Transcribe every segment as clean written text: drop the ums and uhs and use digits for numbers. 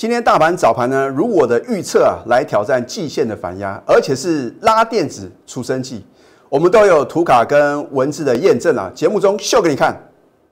今天大盘早盘呢，如我的预测来挑战季线的反压，而且是拉电子出生季，我们都有图卡跟文字的验证节目中秀给你看。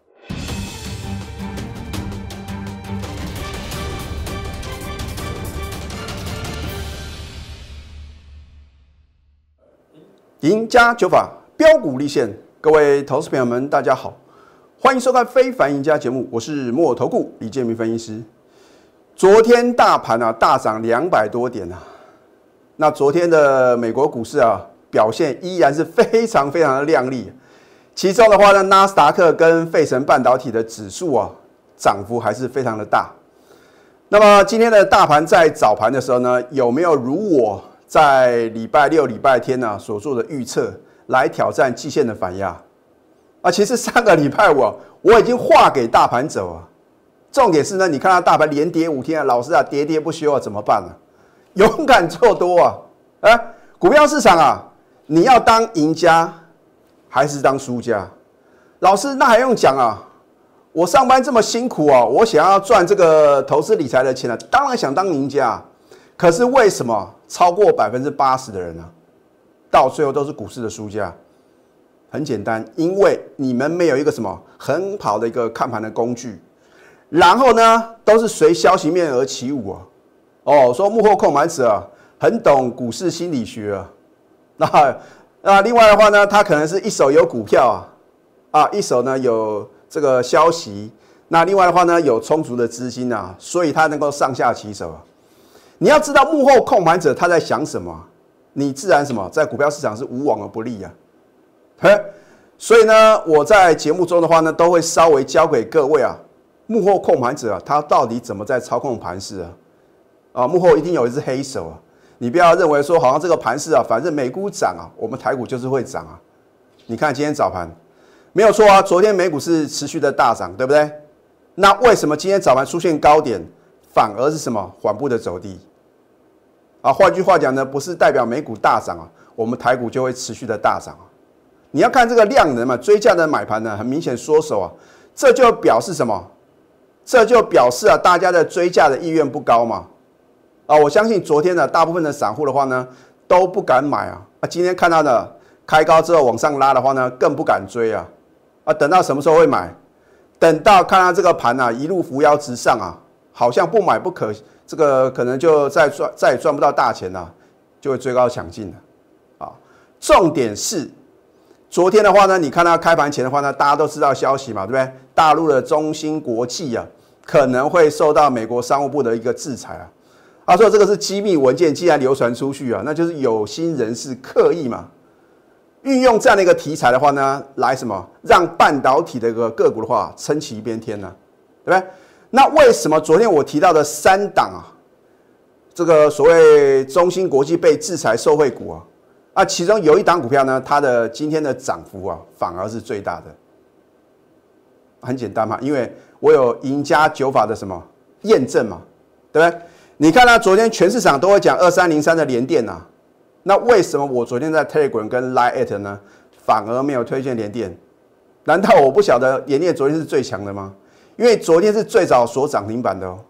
赢家九法标股立现，各位投资朋友们，大家好，欢迎收看《非凡赢家》节目，我是摩尔投顾李建明分析师。昨天大盘大涨200多点那昨天的美国股市表现依然是非常非常的亮丽，其中的话呢，纳斯达克跟费城半导体的指数涨幅还是非常的大。那么今天的大盘在早盘的时候呢，有没有如我在礼拜六、礼拜天所做的预测来挑战季线的反压？其实上个礼拜我已经画给大盘走重点是呢，你看到大盘连跌5天老师跌跌不休怎么办勇敢做多股票市场你要当赢家还是当输家？老师那还用讲我上班这么辛苦我想要赚这个投资理财的钱当然想当赢家可是为什么超过80%的人到最后都是股市的输家？很简单，因为你们没有一个什么很好的一个看盘的工具，然后呢都是随消息面而起舞说幕后控盘者很懂股市心理学那另外的话呢，他可能是一手有股票一手呢有这个消息，那另外的话呢有充足的资金所以他能够上下其手你要知道幕后控盘者他在想什么，你自然什么在股票市场是无往而不利所以呢，我在节目中的话呢，都会稍微教给各位幕后控盘者他到底怎么在操控盘势幕后一定有一只黑手你不要认为说好像这个盘势反正美股涨我们台股就是会涨你看今天早盘没有错昨天美股是持续的大涨，对不对？那为什么今天早盘出现高点，反而是什么缓步的走低？换句话讲呢，不是代表美股大涨我们台股就会持续的大涨你要看这个量能追价的买盘呢，很明显缩手这就表示什么？这就表示大家的追价的意愿不高嘛我相信昨天大部分的散户的话呢都不敢买今天看到的开高之后往上拉的话呢更不敢追等到什么时候会买？等到看到这个盘一路扶摇直上好像不买不可，这个可能就再也赚不到大钱就会追高抢进重点是昨天的话呢，你看到开盘前的话呢，大家都知道消息嘛，对不对？大陆的中芯国际可能会受到美国商务部的一个制裁他说这个是机密文件，既然流传出去那就是有心人士刻意嘛，运用这样的一个题材的话呢，来什么让半导体的一个个股的话撑起一边天对不对？那为什么昨天我提到的3档这个所谓中芯国际被制裁受惠股其中有一档股票呢，它的今天的涨幅反而是最大的。很简单嘛，因为我有赢家九法的什么验证嘛，对不对？你看昨天全市场都会讲2303的联电那为什么我昨天在 Telegram 跟 Line@ 呢，反而没有推荐联电？难道我不晓得联电昨天是最强的吗？因为昨天是最早锁涨停板的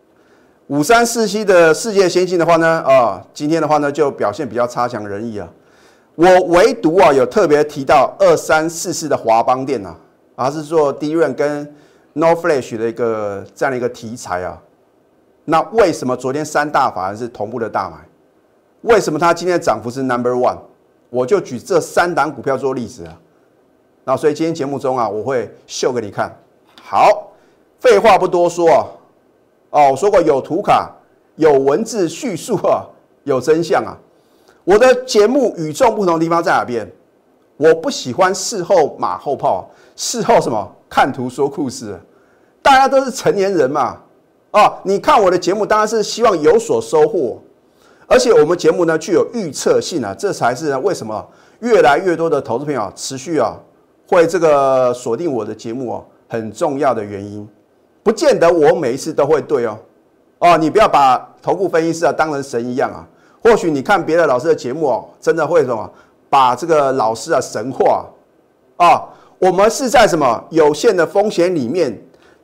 5347的世界先进的话呢，今天的话呢就表现比较差强人意我唯独有特别提到2344的华邦电它是做DRAM跟 NOR Flash 的这样的一个题材那为什么昨天3大法人是同步的大买？为什么它今天的涨幅是 No.1？ 我就举这3档股票做例子那所以今天节目中我会秀给你看。好，废话不多说我说过有图卡，有文字叙述有真相我的节目与众不同的地方在哪边？我不喜欢事后马后炮，事后什么看图说故事。大家都是成年人嘛你看我的节目当然是希望有所收获，而且我们节目呢具有预测性这才是为什么越来越多的投资朋友持续会这个锁定我的节目很重要的原因。不见得我每一次都会对你不要把投顾分析师当成神一样或许你看别的老师的节目真的会什么把这个老师神化我们是在什么有限的风险里面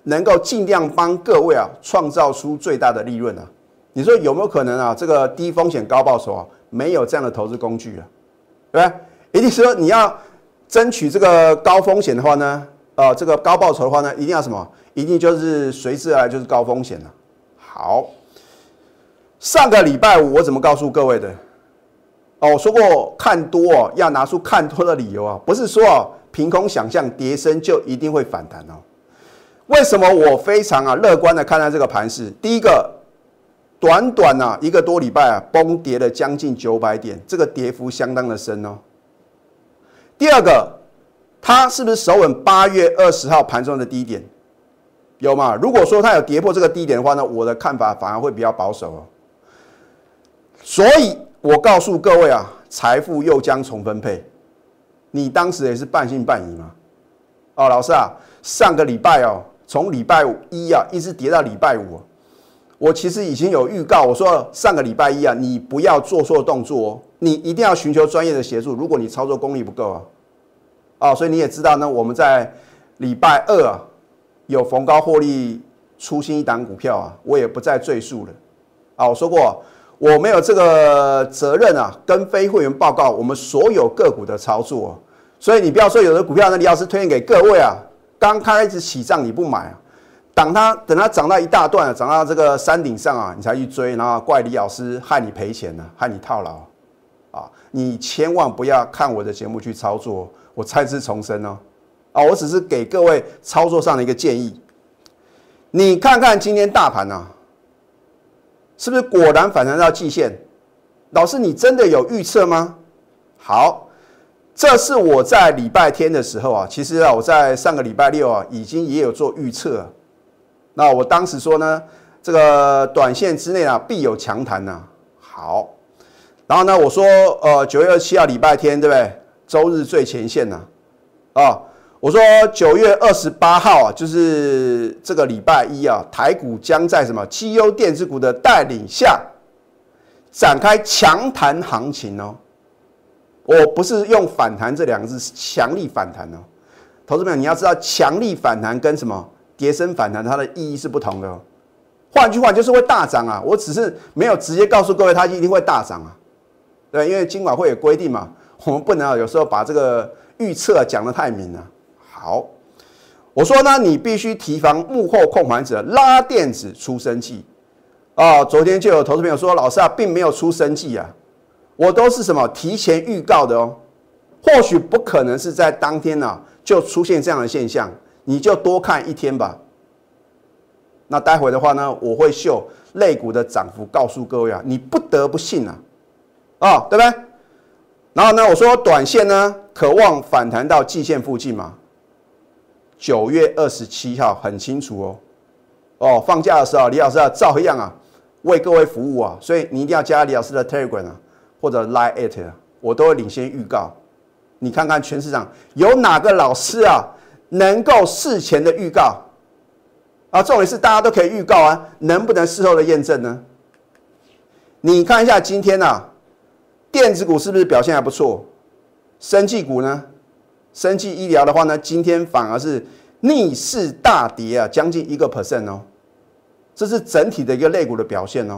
能够尽量帮各位啊创造出最大的利润啊。你说有没有可能啊？这个低风险高报酬啊，没有这样的投资工具啊，对不对？一定说你要争取这个高风险的话呢，这个高报酬的话呢，一定要什么？一定就是随之而来就是高风险了。好，上个礼拜五我怎么告诉各位的？我说过看多要拿出看多的理由啊，不是说凭空想象跌升就一定会反弹哦。为什么我非常乐观的看待这个盘势？第一个，短短1个多礼拜崩跌了将近900点，这个跌幅相当的深哦。第二个，它是不是守稳8月20号盘中的低点？有吗？如果说它有跌破这个低点的话呢，我的看法反而会比较保守哦。所以我告诉各位财富又将重分配。你当时也是半信半疑嘛？老师上个礼拜从礼拜一一直跌到礼拜五，我其实已经有预告，我说上个礼拜一你不要做错动作哦，你一定要寻求专业的协助。如果你操作功力不够所以你也知道呢，我们在礼拜二有逢高获利出新一档股票我也不再赘述了我说过我没有这个责任跟非会员报告我们所有个股的操作所以你不要说有的股票呢，李老师推荐给各位刚开始起涨你不买等它涨到一大段涨到这个山顶上你才去追，然后怪李老师害你赔钱害你套牢你千万不要看我的节目去操作，我再次重申我只是给各位操作上的一个建议。你看看今天大盘是不是果然反弹到季线？老师，你真的有预测吗？好，这是我在礼拜天的时候其实我在上个礼拜六已经也有做预测那我当时说呢，这个短线之内必有强弹好，然后呢，我说9月27号礼拜天对不对？周日最前线我说9月28号就是这个礼拜一台股将在什么绩优电子股的带领下展开强弹行情我不是用反弹这两个字，是强力反弹投资朋友，你要知道强力反弹跟什么跌升反弹它的意义是不同的换句话就是会大涨我只是没有直接告诉各位它一定会大涨对，因为金管会有规定嘛，我们不能有时候把这个预测讲得太明了。好，我说呢，你必须提防幕后控盘者拉电子出生计昨天就有投资朋友说，老师并没有出生计我都是什么提前预告的或许不可能是在当天就出现这样的现象，你就多看一天吧。那待会的话呢，我会秀类股的涨幅，告诉各位你不得不信对不对？然后呢，我说短线呢，可望反弹到季线附近嘛。9月27号很清楚放假的时候，李老师照样为各位服务所以你一定要加李老师的 Telegram 或者 Line@ 我都会领先预告。你看看全市场有哪个老师能够事前的预告重点是大家都可以预告能不能事后的验证呢？你看一下今天电子股是不是表现还不错？生技股呢？生技医疗的话呢，今天反而是逆势大跌将近1% 这是整体的一个类股的表现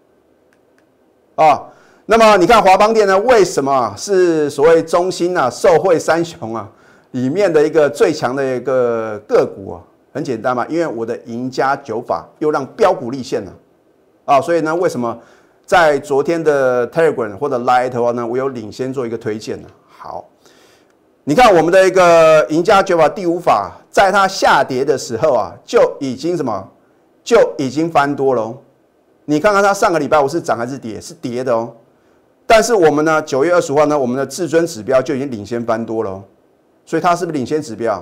那么你看华邦电呢，为什么是所谓中兴受惠三雄里面的一个最强的一个个股很简单嘛，因为我的赢家9法又让标股立现了所以呢，为什么在昨天的 Telegram 或者 Line 的话呢，我有领先做一个推荐好，你看我们的一个赢家9法第5法，在它下跌的时候就已经就已经翻多了你看看它上个礼拜五是涨还是跌？是跌的但是我们呢，9月20号呢，我们的至尊指标就已经领先翻多了所以它是不是领先指标？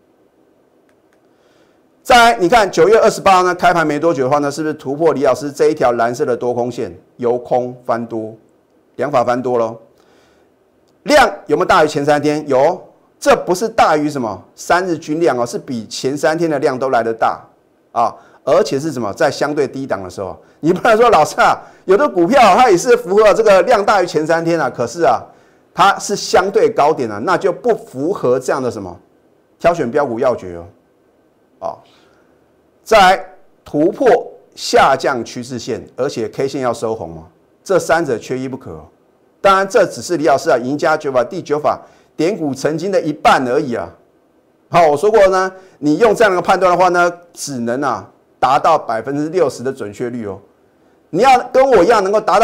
再来，你看9月28号呢，开盘没多久的话呢，是不是突破李老师这一条蓝色的多空线，由空翻多，两法翻多咯？量有没有大于前3天？有，这不是大于什么3日均量是比前3天的量都来得大而且是什么在相对低档的时候，你不能说老师有的股票它也是符合这个量大于前3天可是它是相对高点那就不符合这样的什么挑选标股要诀再来突破下降趋势线，而且 K 线要收红嘛，这三者缺一不可。当然，这只是李老师赢家九法第9法点股成金的一半而已啊。好，我说过呢，你用这样的判断的话呢，只能达到60%的准确率哦。你要跟我一样能够达到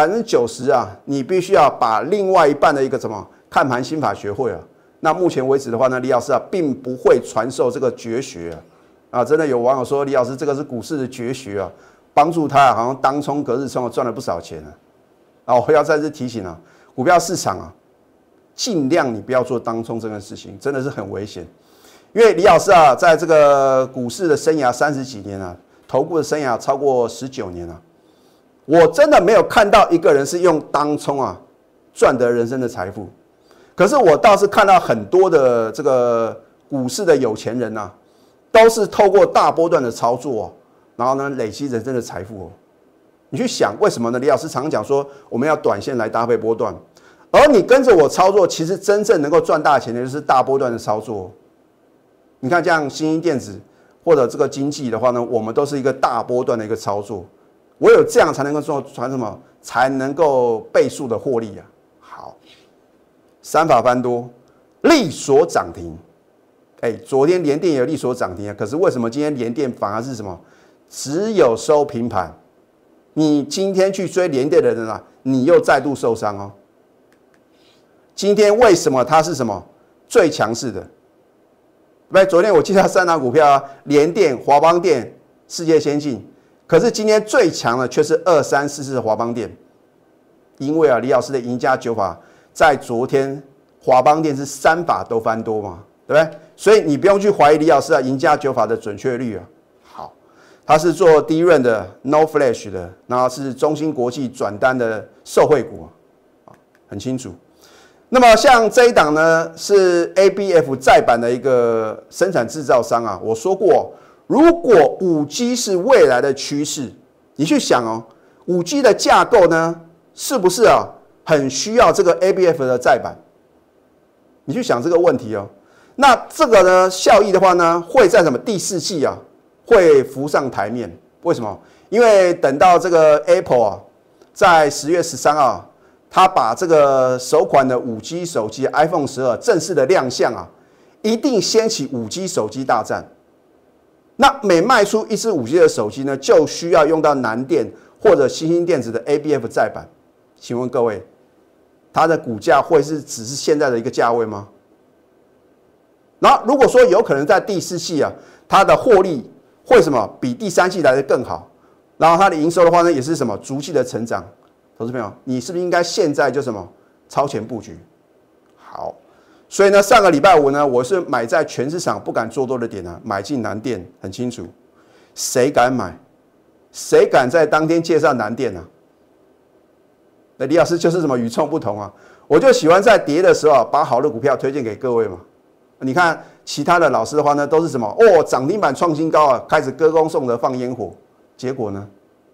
90%啊，你必须要把另外一半的一个看盘心法学会啊。那目前为止的话呢，李老师并不会传授这个绝学啊。真的有网友说李老师这个是股市的绝学啊，帮助他好像当冲隔日冲赚了不少钱啊。我要再次提醒股票市场尽量你不要做当冲这件事情，真的是很危险。因为李老师在这个股市的生涯30几年投顾的生涯超过19年我真的没有看到一个人是用当冲赚得人生的财富。可是我倒是看到很多的这个股市的有钱人都是透过大波段的操作然后呢累积人生的财富你去想为什么呢？李老师常讲说我们要短线来搭配波段，而你跟着我操作，其实真正能够赚大钱的就是大波段的操作。你看，像新兴电子或者这个经济的话呢，我们都是一个大波段的一个操作，唯有这样才能够传什么？才能够倍数的获利好，三法翻多，力所涨停。昨天联电有力所涨停可是为什么今天联电反而是什么？只有收平盘。你今天去追联电的人你又再度受伤今天为什么它是什么最强势的？昨天我介绍3档股票联电、华邦电、世界先进，可是今天最强的却是2344的华邦电，因为李老师的赢家9法在昨天华邦电是3法都翻多嘛，对不对？所以你不用去怀疑李老师赢家9法的准确率好，它是做低润的 No Flash 的，然后是中芯国际转单的受惠股很清楚。那么像这一档呢，是 ABF 载板的一个生产制造商我说过，如果 5G 是未来的趋势，你去想5G 的架构呢，是不是很需要这个 ABF 的载板？你去想这个问题那这个呢效益的话呢，会在什么第4季会浮上台面？为什么？因为等到这个 Apple 在10月13号。他把这个首款的5G 手机 iPhone 12正式的亮相一定掀起5G 手机大战。那每卖出一支5G 的手机呢，就需要用到南电或者新兴电子的 ABF 载板。请问各位，它的股价会是只是现在的一个价位吗？然后如果说有可能在第4季它的获利会什么比第3季来的更好，然后它的营收的话呢，也是什么逐季的成长。投资朋友，你是不是应该现在就什么超前布局？好，所以呢，上个礼拜五呢，我是买在全市场不敢做多的点买进南电，很清楚，谁敢买？谁敢在当天介绍南电那李老师就是什么与众不同我就喜欢在跌的时候把好的股票推荐给各位嘛。你看其他的老师的话呢，都是什么涨停板创新高开始歌功颂德放烟火，结果呢？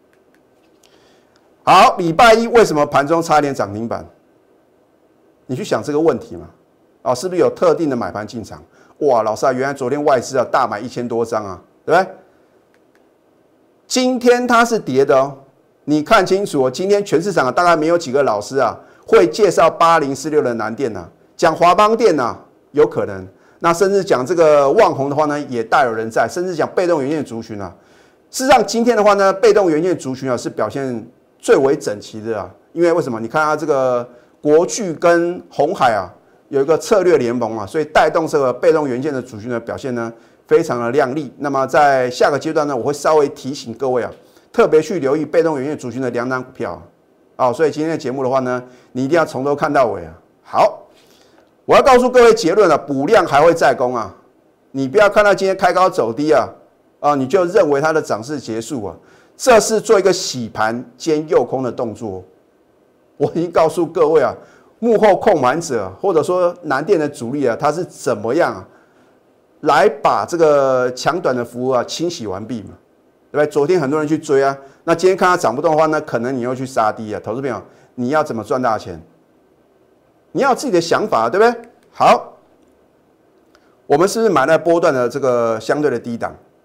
好，礼拜一为什么盘中差一点涨停板？你去想这个问题嘛？是不是有特定的买盘进场？哇，老师原来昨天外资大买1000多张对不对？今天它是跌的你看清楚今天全市场大概没有几个老师会介绍8046的南电讲华邦电有可能，那甚至讲这个旺宏的话呢，也大有人在，甚至讲被动元件族群事实上今天的话呢，被动元件族群是表现最为整齐的因为为什么？你看它这个国巨跟鸿海有一个策略联盟所以带动这个被动元件的族群的表现呢非常的亮丽。那么在下个阶段呢，我会稍微提醒各位特别去留意被动元件族群的2档股票所以今天的节目的话呢，你一定要从头看到尾好，我要告诉各位结论补量还会再攻你不要看到今天开高走低你就认为它的涨势结束这是做一个洗盘兼诱空的动作。我已经告诉各位幕后控盘者或者说南电的主力他是怎么样来把这个强短的服务清洗完毕嘛，对不对？昨天很多人去追那今天看它涨不动的话呢，可能你又去杀低投资朋友，你要怎么赚大钱？你要有自己的想法对不对？好，我们是不是买在波段的这个相对的低档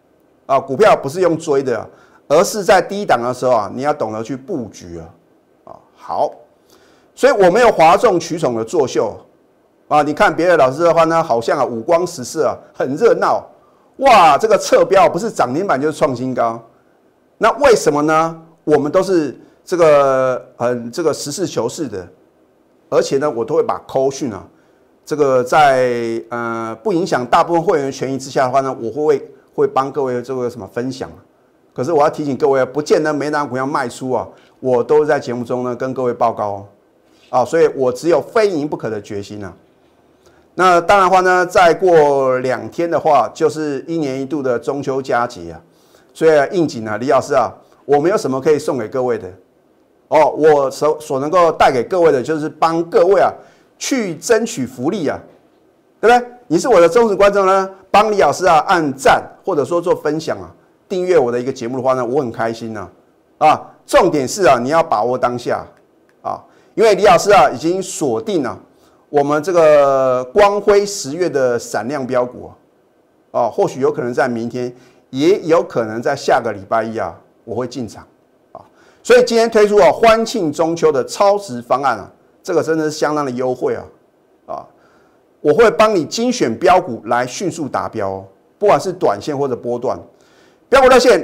啊，股票不是用追的，而是在低档的时候啊，你要懂得去布局啊。好，所以我没有哗众取宠的作秀啊。你看别的老师的话呢，好像啊五光十色啊，很热闹，哇，这个侧标不是涨停板就是创新高。那为什么呢？我们都是这个这个实事求是的，而且呢，我都会把扣讯啊，这个在不影响大部分会员权益之下的话呢，我会帮各位这个什么分享。可是我要提醒各位，不见得每档股票卖出啊，我都在节目中呢跟各位报告啊，所以我只有非赢不可的决心啊。那当然的话呢，再过2天的话，就是1年1度的中秋佳节啊，所以应景啊，李老师啊，我们有什么可以送给各位的？哦，我所能够带给各位的，就是帮各位啊去争取福利啊，对不对？你是我的忠实观众呢，帮李老师啊按赞，或者说做分享啊，订阅我的一个节目的话呢，我很开心啊。重点是啊，你要把握当下啊，因为李老师啊已经锁定了我们这个光辉10月的闪亮标股啊，或许有可能在明天，也有可能在下个礼拜一啊，我会进场啊。所以今天推出欢庆中秋的超值方案啊，这个真的是相当的优惠啊，我会帮你精选标股来迅速达标不管是短线或者波段。标股热线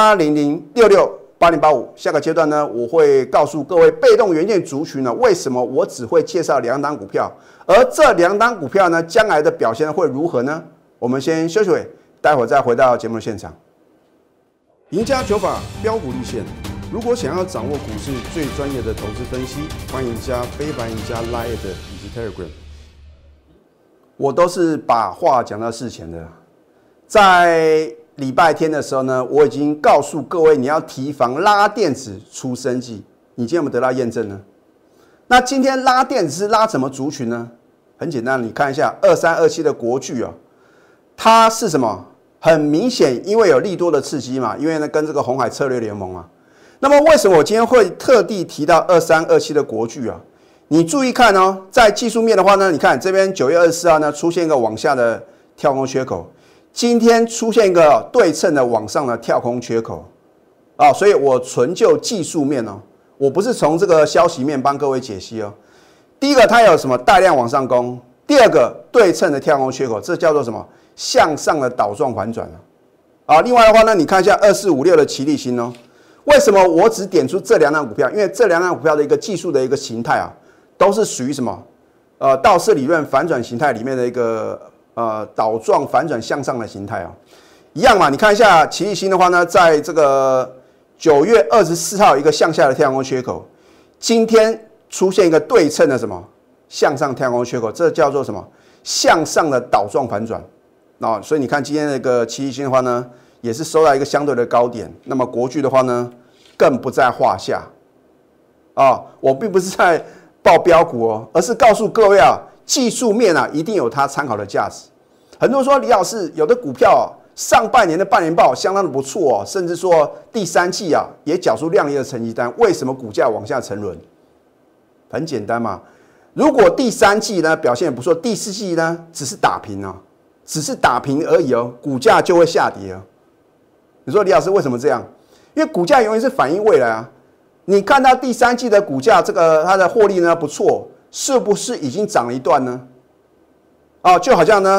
0800668085，下个阶段呢，我会告诉各位被动元件族群呢，为什么我只会介绍2档股票，而这2档股票呢，将来的表现会如何呢？我们先休息会，待会再回到节目的现场。赢家九法标股立线，如果想要掌握股市最专业的投资分析，欢迎加非凡、赢家 Line 以及 Telegram。我都是把话讲到事前的，在礼拜天的时候呢，我已经告诉各位，你要提防拉电子出生技。你今天有没有得到验证呢？那今天拉电子是拉什么族群呢？很简单，你看一下2327的国巨啊，它是什么？很明显，因为有利多的刺激嘛，因为呢跟这个鸿海策略联盟啊。那么为什么我今天会特地提到2327的国巨啊？你注意看哦，在技术面的话呢，你看这边9月24号呢出现一个往下的跳空缺口。今天出现一个对称的往上的跳空缺口啊，所以我纯就技术面哦，我不是从这个消息面帮各位解析哦。第一个，它有什么大量往上攻；第二个，对称的跳空缺口，这叫做什么向上的倒状反转啊。另外的话呢，你看一下2456的奇力新哦，为什么我只点出这2档股票？因为这2档股票的一个技术的一个形态啊，都是属于什么道氏理论反转形态里面的一个。倒状反转向上的形态一样嘛。你看一下奇力新的话呢，在这个9月24号一个向下的跳空缺口，今天出现一个对称的什么向上跳空缺口，这叫做什么向上的倒状反转所以你看今天那个奇力新的话呢，也是收到一个相对的高点。那么国巨的话呢，更不在话下我并不是在报标股而是告诉各位技术面一定有它参考的价值。很多人说李老师，有的股票上半年的半年报相当的不错甚至说第3季也缴出亮丽的成绩单，为什么股价往下沉沦？很简单嘛，如果第3季呢表现不错，第4季呢只是打平只是打平而已股价就会下跌你说李老师为什么这样？因为股价永远是反映未来你看到第3季的股价，这个它的获利呢不错。是不是已经涨了一段呢？就好像呢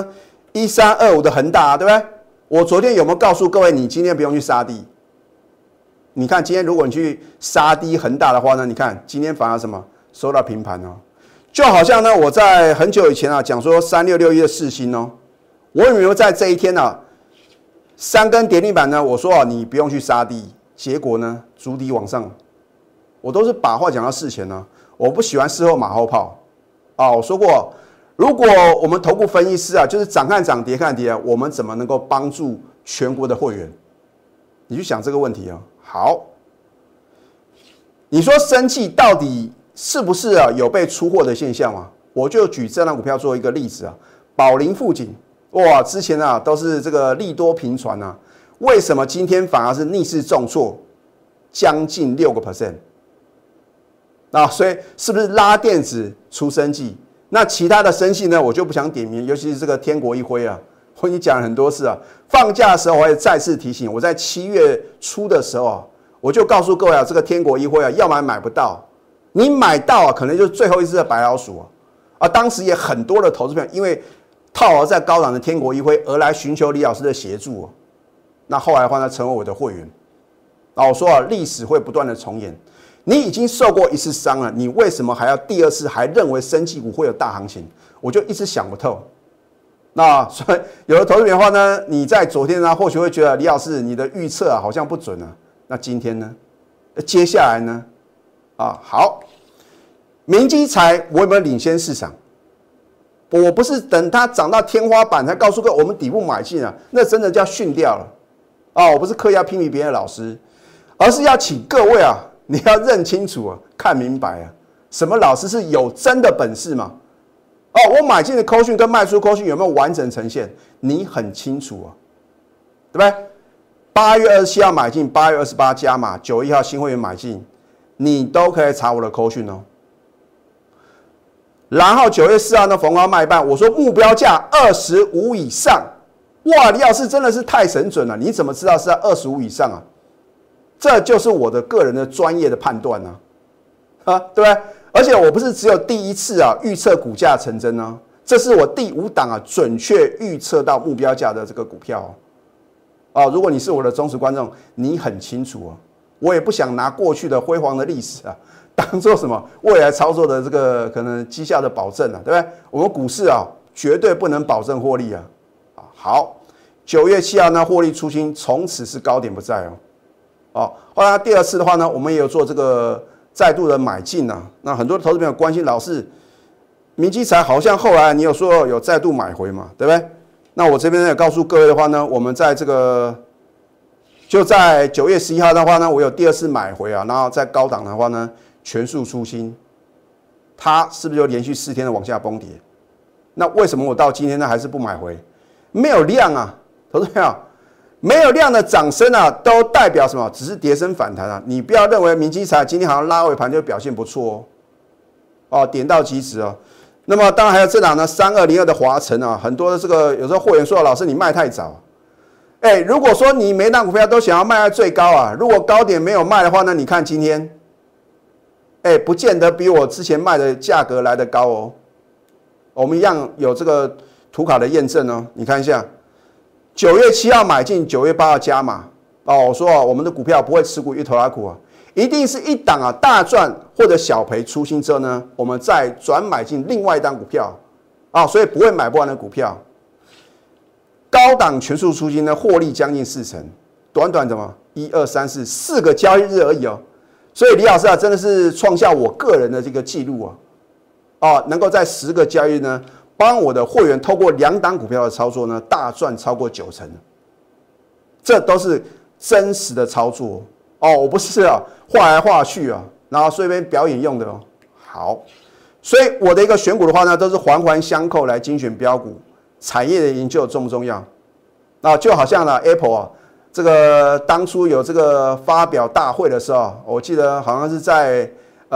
1325的恒大对不对？我昨天有没有告诉各位，你今天不用去杀低？你看今天如果你去杀低恒大的话呢，你看今天反而什么收到平盘就好像呢我在很久以前讲说3661的世芯我有没有在这一天3根跌停板呢？我说你不用去杀低，结果呢筑底往上，我都是把话讲到事前我不喜欢事后马后炮我说过，如果我们投顾分析师就是涨看涨跌看跌我们怎么能够帮助全国的会员？你去想这个问题好，你说生技到底是不是有被出货的现象我就举这档股票做一个例子宝林富锦，哇，之前都是这个利多频传为什么今天反而是逆势重挫，将近6%？所以是不是拉电子出生技？那其他的生技呢，我就不想点名，尤其是这个天国一辉我已经讲了很多次啊，放假的时候我也再次提醒，我在7月初的时候啊，我就告诉各位啊，这个天国一辉啊，要买不到，你买到啊，可能就是最后一只的白老鼠啊。当时也很多的投资朋友因为套牢在高档的天国一辉而来寻求李老师的协助那后来的话呢，成为我的会员。我说啊，历史会不断的重演。你已经受过一次伤了，你为什么还要第二次还认为生技股会有大行情？我就一直想不透。那所以有的投资者的话呢，你在昨天呢，或许会觉得李老师你的预测好像不准那今天呢？接下来呢？好，明基材我有没有领先市场？我不是等它涨到天花板才告诉各位我们底部买进那真的叫训掉了我不是刻意要批评别人的老师，而是要请各位你要认清楚看明白什么老师是有真的本事嘛？我买进的扣讯跟卖出扣讯有没有完整呈现？你很清楚对不对？8月27号买进，8月28加码，9月1号新会员买进，你都可以查我的扣讯然后9月4号呢逢高卖半，我说目标价25以上，哇！李老师真的是太神准了，你怎么知道是在25以上这就是我的个人的专业的判断对不对？而且我不是只有第一次预测股价成真这是我第5档准确预测到目标价的这个股票如果你是我的忠实观众，你很清楚我也不想拿过去的辉煌的历史当做什么未来操作的这个可能绩效的保证对不对？我们股市绝对不能保证获利好，9月7号呢获利出清，从此是高点不在后来第二次的话呢，我们也有做这个再度的买进那很多投资朋友关心老师，明基材好像后来你有说有再度买回嘛，对不对？那我这边也告诉各位的话呢，我们在这个就在9月11号的话呢，我有第二次买回然后在高档的话呢全数出清，它是不是就连续4天的往下崩跌？那为什么我到今天呢还是不买回？没有量投资朋友。没有量的涨升都代表什么？只是跌升反弹你不要认为明基材今天好像拉尾盘就表现不错点到即止那么当然还有这档呢，3202的华城很多的这个有时候会员说老师你卖太早如果说你每档股票都想要卖在最高如果高点没有卖的话，那你看今天不见得比我之前卖的价格来得高我们一样有这个图卡的验证你看一下。9月7号买进，9月8号加码我说我们的股票不会持股一头拉股一定是一档大赚或者小赔出清之后呢，我们再转买进另外一档股票所以不会买不完的股票。高档全数出清呢，获利将近40%，短短怎么1、2、3、4个交易日而已所以李老师真的是创下我个人的这个记录能够在10个交易日呢。帮我的会员透过2档股票的操作呢，大赚超过90%，这都是真实的操作我不是画来画去然后随便表演用的好，所以我的一个选股的话呢，都是环环相扣来精选标股。产业的研究重不重要？就好像Apple 这个当初有这个发表大会的时候，我记得好像是在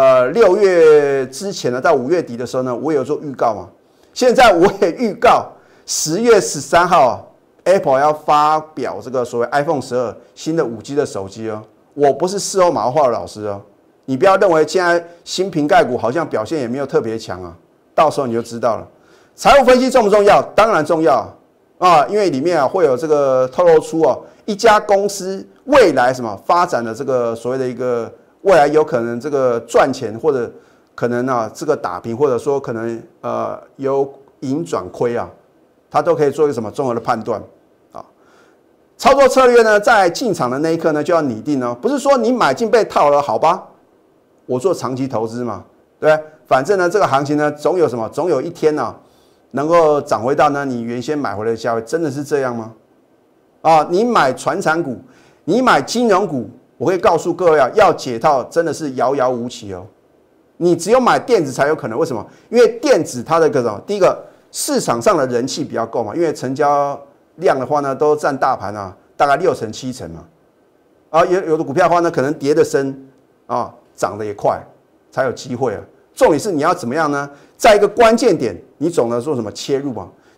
6月之前到5月底的时候呢，我也有做预告嘛。现在我也预告10月13号Apple 要发表这个所谓 iPhone 12新的5G 的手机我不是事后马后炮的老师你不要认为现在新瓶盖股好像表现也没有特别强到时候你就知道了。财务分析重不重要？当然重要因为里面会有这个透露出一家公司未来什么发展的这个所谓的一个未来有可能这个赚钱或者可能这个打平，或者说可能由盈转亏它都可以做一个什么综合的判断操作策略呢，在进场的那一刻呢就要拟定不是说你买进被套了，好吧，我做长期投资嘛，对不对？反正呢这个行情呢总有什么，总有一天能够涨回到呢你原先买回来的价位，真的是这样吗？你买传产股，你买金融股，我会告诉各位要解套真的是遥遥无期你只有买电子才有可能，为什么？因为电子它的一个第一个市场上的人气比较够嘛，因为成交量的话呢都占大盘大概6成7成嘛有的股票的话呢可能跌得深涨得也快才有机会重点是你要怎么样呢？在一个关键点你总能做什么切入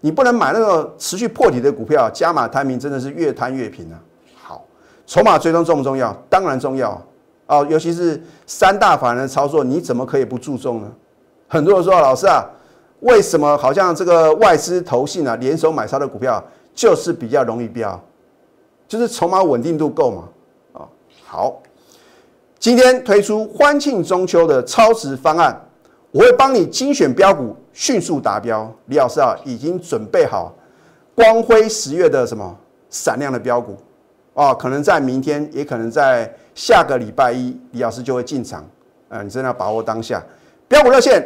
你不能买那个持续破底的股票，加码摊平真的是越摊越平啊。好，筹码追踪重不重要？当然重要啊，尤其是三大法人的操作，你怎么可以不注重呢？很多人说，老师啊，为什么好像这个外资投信啊联手买超的股票就是比较容易飙，就是筹码稳定度够嘛？啊，好，今天推出欢庆中秋的超值方案，我会帮你精选标股，迅速达标。李老师啊，已经准备好光辉10月的什么闪亮的标股啊，可能在明天，也可能在下个礼拜一，李老师就会进场。你真的要把握当下。标股热线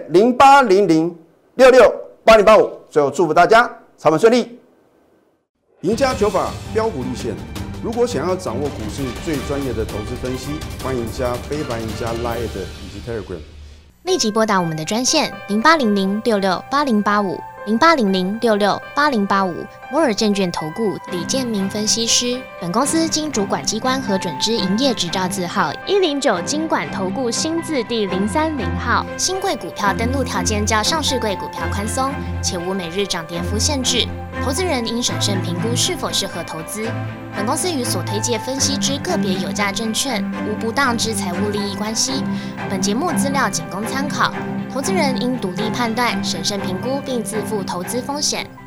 0800668085。最后祝福大家操盘顺利，赢家九法标股立线。如果想要掌握股市最专业的投资分析，欢迎加非凡、赢家 Line 以及 Telegram。 立即拨打我们的专线0800668085，0800668085。摩尔证券投顾李建明分析师。本公司经主管机关核准之营业执照字号109金管投顾新字第030号。新贵股票登录条件较上市贵股票宽松，且无每日涨跌幅限制。投资人应审慎评估是否适合投资。本公司与所推介分析之个别有价证券无不当之财务利益关系。本节目资料仅供参考，投资人应独立判断、审慎评估并自负投资风险。